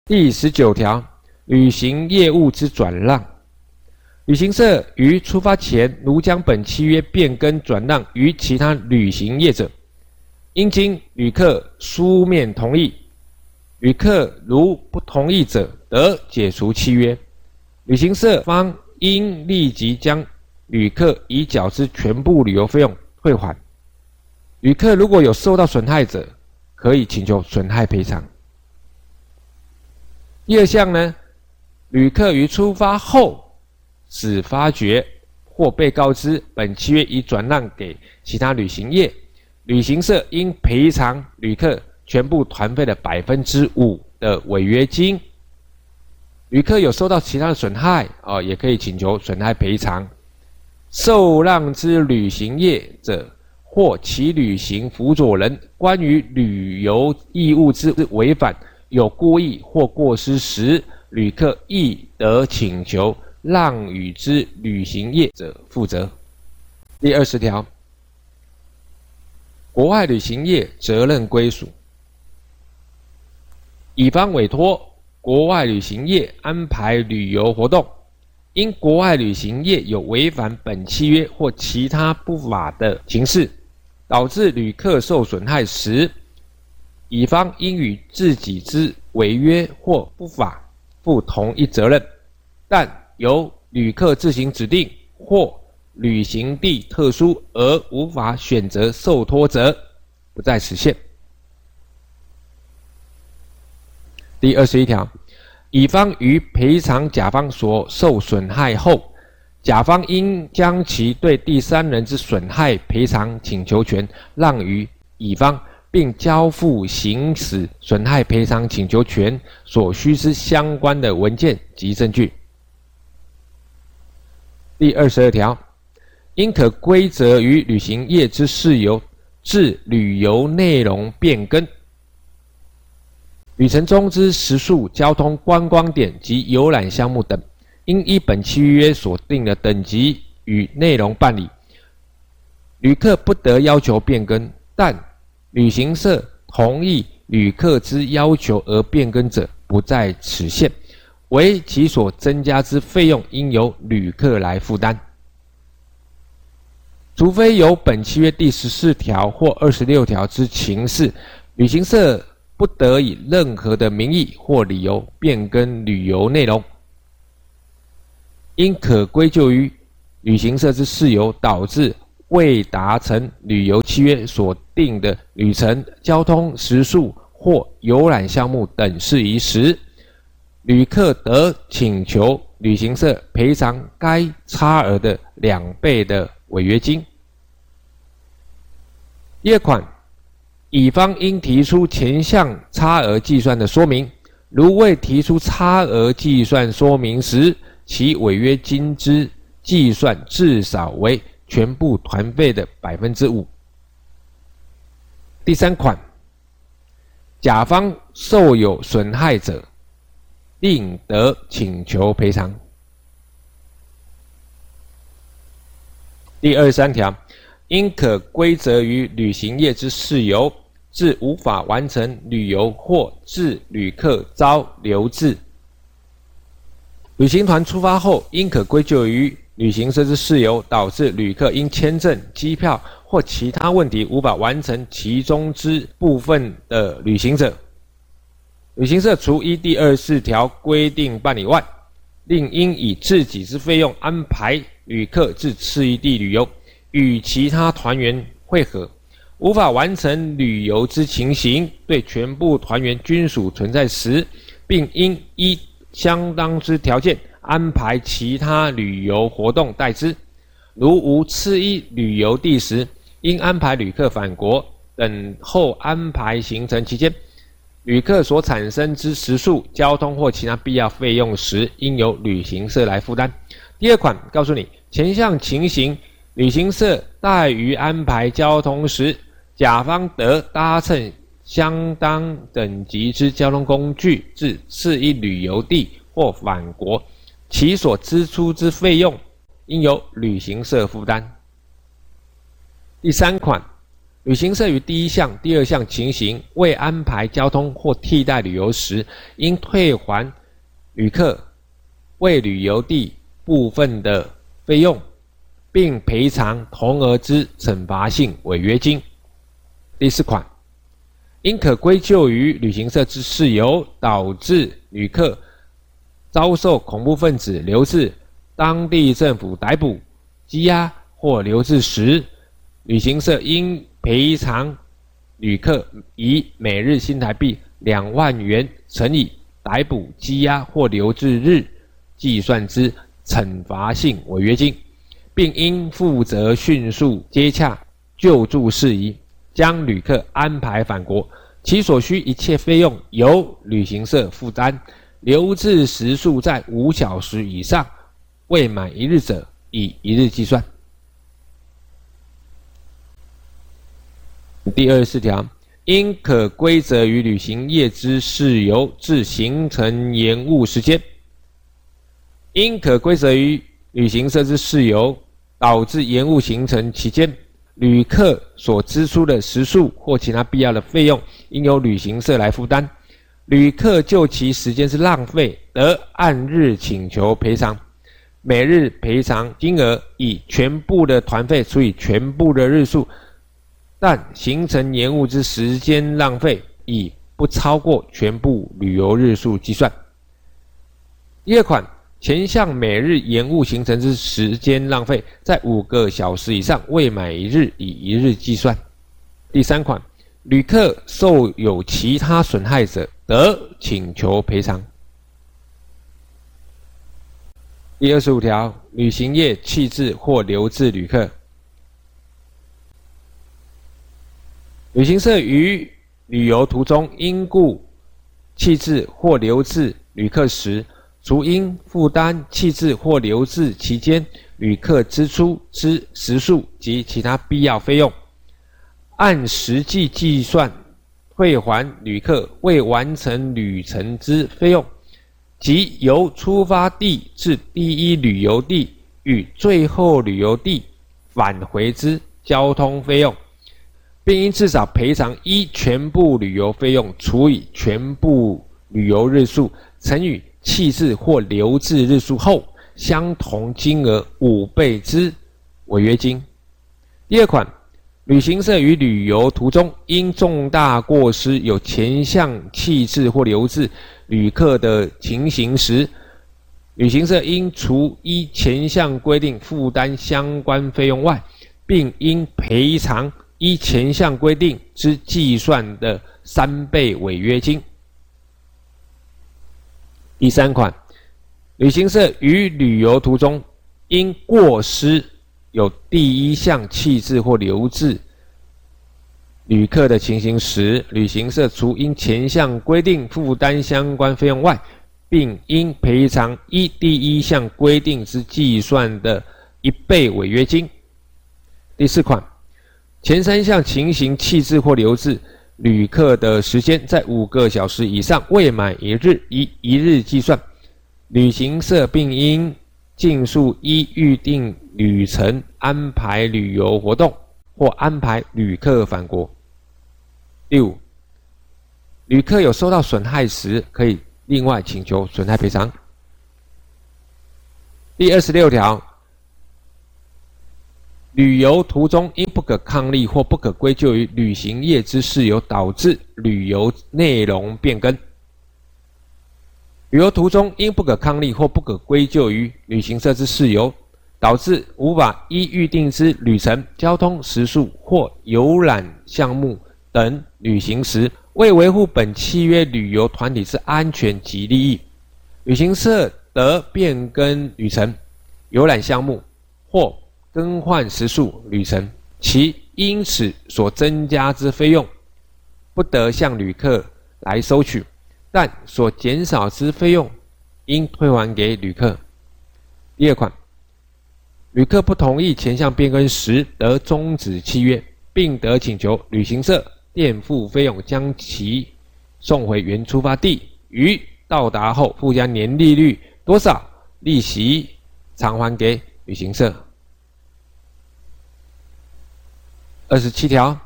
第19条，旅行业务之转让。旅行社于出发前，如将本契约变更转让于其他旅行业者，应经旅客书面同意。旅客如不同意者，得解除契约。旅行社方应立即将旅客已缴之全部旅游费用退还。旅客如果有受到损害者，可以请求损害赔偿。第二项呢，旅客于出发后始发觉或被告知本契约已转让给其他旅行业，旅行社应赔偿旅客全部团费的5%的违约金。旅客有受到其他的损害也可以请求损害赔偿。受让之旅行业者或其旅行辅佐人关于旅游义务之违反，有故意或过失时，旅客亦得请求让与之旅行业者负责。第20条，国外旅行业责任归属。乙方委托国外旅行业安排旅游活动，因国外旅行业有违反本契约或其他不法的情事，导致旅客受损害时，乙方应与自己之违约或不法负同一责任，但由旅客自行指定或旅行地特殊而无法选择受托者，不在此限。第21条，乙方于赔偿甲方所受损害后，甲方应将其对第三人之损害赔偿请求权让于乙方，并交付行使损害赔偿请求权所需之相关的文件及证据。第22条，应可归责于旅行业之事由，致旅游内容变更。旅程中之食宿、交通、观光点及游览项目等，应依本契约所定的等级与内容办理。旅客不得要求变更，但旅行社同意旅客之要求而变更者，不在此限，为其所增加之费用应由旅客来负担。除非有本契约第14条或26条之情事，旅行社不得以任何的名义或理由变更旅游内容，因可归咎于旅行社之事由导致未达成旅游契约所定的旅程、交通、食宿或游览项目等事宜时，旅客得请求旅行社赔偿该差额的2倍的违约金。第二款，乙方应提出前项差额计算的说明，如未提出差额计算说明时，其违约金之计算至少为全部团费的5%。第三款，甲方受有损害者，另得请求赔偿。第23条，应可归责于旅行业之事由，致无法完成旅游或致旅客遭留置。旅行团出发后，应可归咎于旅行社之事由，导致旅客因签证、机票或其他问题无法完成其中之部分的旅行者。旅行社除依第24条规定办理外，另应以自己之费用安排旅客至次一地旅游，与其他团员会合。无法完成旅游之情形，对全部团员均属存在时，并应依相当之条件安排其他旅游活动代之。如无次一旅游地时，应安排旅客返国。等候安排行程期间，旅客所产生之食宿、交通或其他必要费用时，应由旅行社来负担。第二款告诉你，前项情形，旅行社怠于安排交通时，甲方得搭乘相当等级之交通工具至次一旅游地或返国，其所支出之费用应由旅行社负担。第三款， 旅行社于第一项、第二项情形未安排交通或替代旅游时，应退还旅客为旅游地部分的费用，并赔偿同额之惩罚性违约金。第4款，因可归咎于旅行社之事由导致旅客遭受恐怖分子留置、当地政府逮捕、羁押或留置时，旅行社应赔偿旅客以每日新台币2万元乘以逮捕、羁押或留置日计算之惩罚性违约金，并应负责迅速接洽救助事宜，将旅客安排返国，其所需一切费用由旅行社负担，留置时数在5小时以上，未满1日者以1日计算。第24条，因可归责于旅行业之事由致行程延误时间，因可归责于旅行社之事由导致延误行程期间，旅客所支出的食宿或其他必要的费用，应由旅行社来负担。旅客就其时间之浪费，得按日请求赔偿，每日赔偿金额以全部的团费除以全部的日数，但行程延误之时间浪费以不超过全部旅游日数计算。第2款，前项每日延误行程之时间浪费，在5个小时以上，未满1日以1日计算。第3款，旅客受有其他损害者，得请求赔偿。第25条，旅行业弃置或留置旅客。旅行社于旅游途中因故弃置或留置旅客时，除应负担弃置或留置期间旅客支出之食宿及其他必要费用，按实际计算退还旅客未完成旅程之费用，即由出发地至第一旅游地与最后旅游地返回之交通费用，并应至少赔偿依全部旅游费用除以全部旅游日数乘以弃置或留置日数后相同金额5倍之违约金。第2款，旅行社于旅游途中因重大过失有前项弃置或留置旅客的情形时，旅行社应除依前项规定负担相关费用外，并应赔偿依前项规定之计算的3倍违约金。第3款，旅行社于旅游途中因过失有第1项弃置或留置旅客的情形时，旅行社除因前项规定负担相关费用外，并应赔偿依第1项规定之计算的1倍违约金。第4款，前3项情形弃置或留置旅客的时间在5个小时以上，未满1日以1日计算，旅行社并应尽数依预定旅程安排旅游活动或安排旅客返国。第5，旅客有受到损害时，可以另外请求损害赔偿。第26条，旅游途中因不可抗力或不可归咎于旅行业之事由导致旅游内容变更。旅游途中因不可抗力或不可归咎于旅行社之事由导致无法依预定之旅程、交通、食宿或游览项目等旅行时，为维护本契约旅游团体之安全及利益，旅行社得变更旅程、游览项目或更换食宿旅程，其因此所增加之费用，不得向旅客来收取，但所减少之费用应退还给旅客。第2款，旅客不同意前项变更时，得终止契约，并得请求旅行社垫付费用，将其送回原出发地，于到达后附加年利率多少利息偿还给旅行社。27条，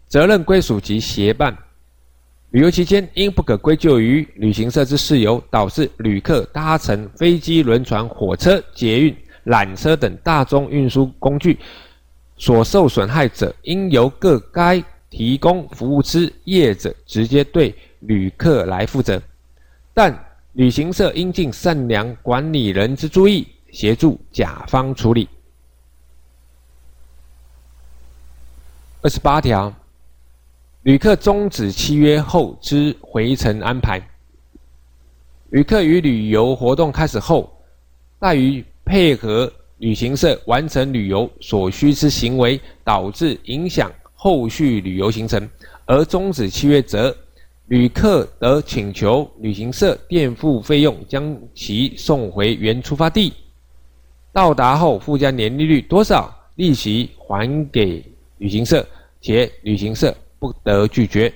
责任归属及协办。旅游期间因不可归咎于旅行社之事由，导致旅客搭乘飞机、轮船、火车、捷运、缆车等大众运输工具所受损害者，应由各该提供服务之业者直接对旅客来负责，但旅行社应尽善良管理人之注意，协助甲方处理。28条，旅客终止契约后之回程安排。旅客于旅游活动开始后，怠于配合旅行社完成旅游所需之行为，导致影响后续旅游行程，而终止契约者，旅客得请求旅行社垫付费用，将其送回原出发地。到达后附加年利率多少，利息还给旅行社，且旅行社不得拒绝。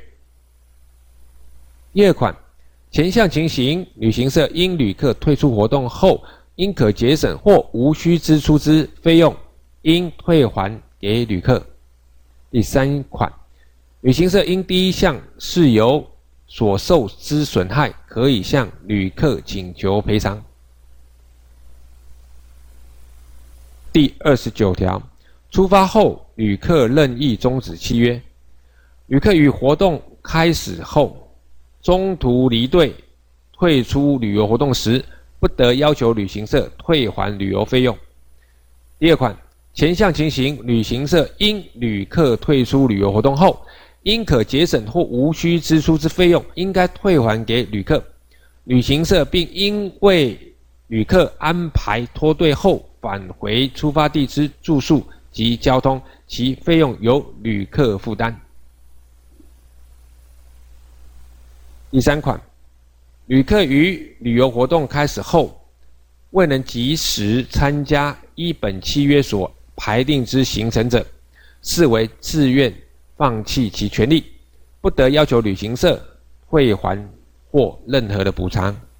第二款，前项情形，旅行社因旅客退出活动后，应可节省或无需支出之费用，应退还给旅客。第三款，旅行社因第一项事由所受之损害，可以向旅客请求赔偿。第29条，出发后旅客任意终止契约。旅客于活动开始后中途离队退出旅游活动时，不得要求旅行社退还旅游费用。第二款，前项情形，旅行社因旅客退出旅游活动后，应可节省或无需支出之费用，应该退还给旅客。旅行社并因为旅客安排脱队后返回出发地之住宿及交通，其费用由旅客负担。第三款，旅客于旅游活动开始后，未能及时参加依本契约所排定之行程者，视为自愿放弃其权利，不得要求旅行社退还或任何的补偿。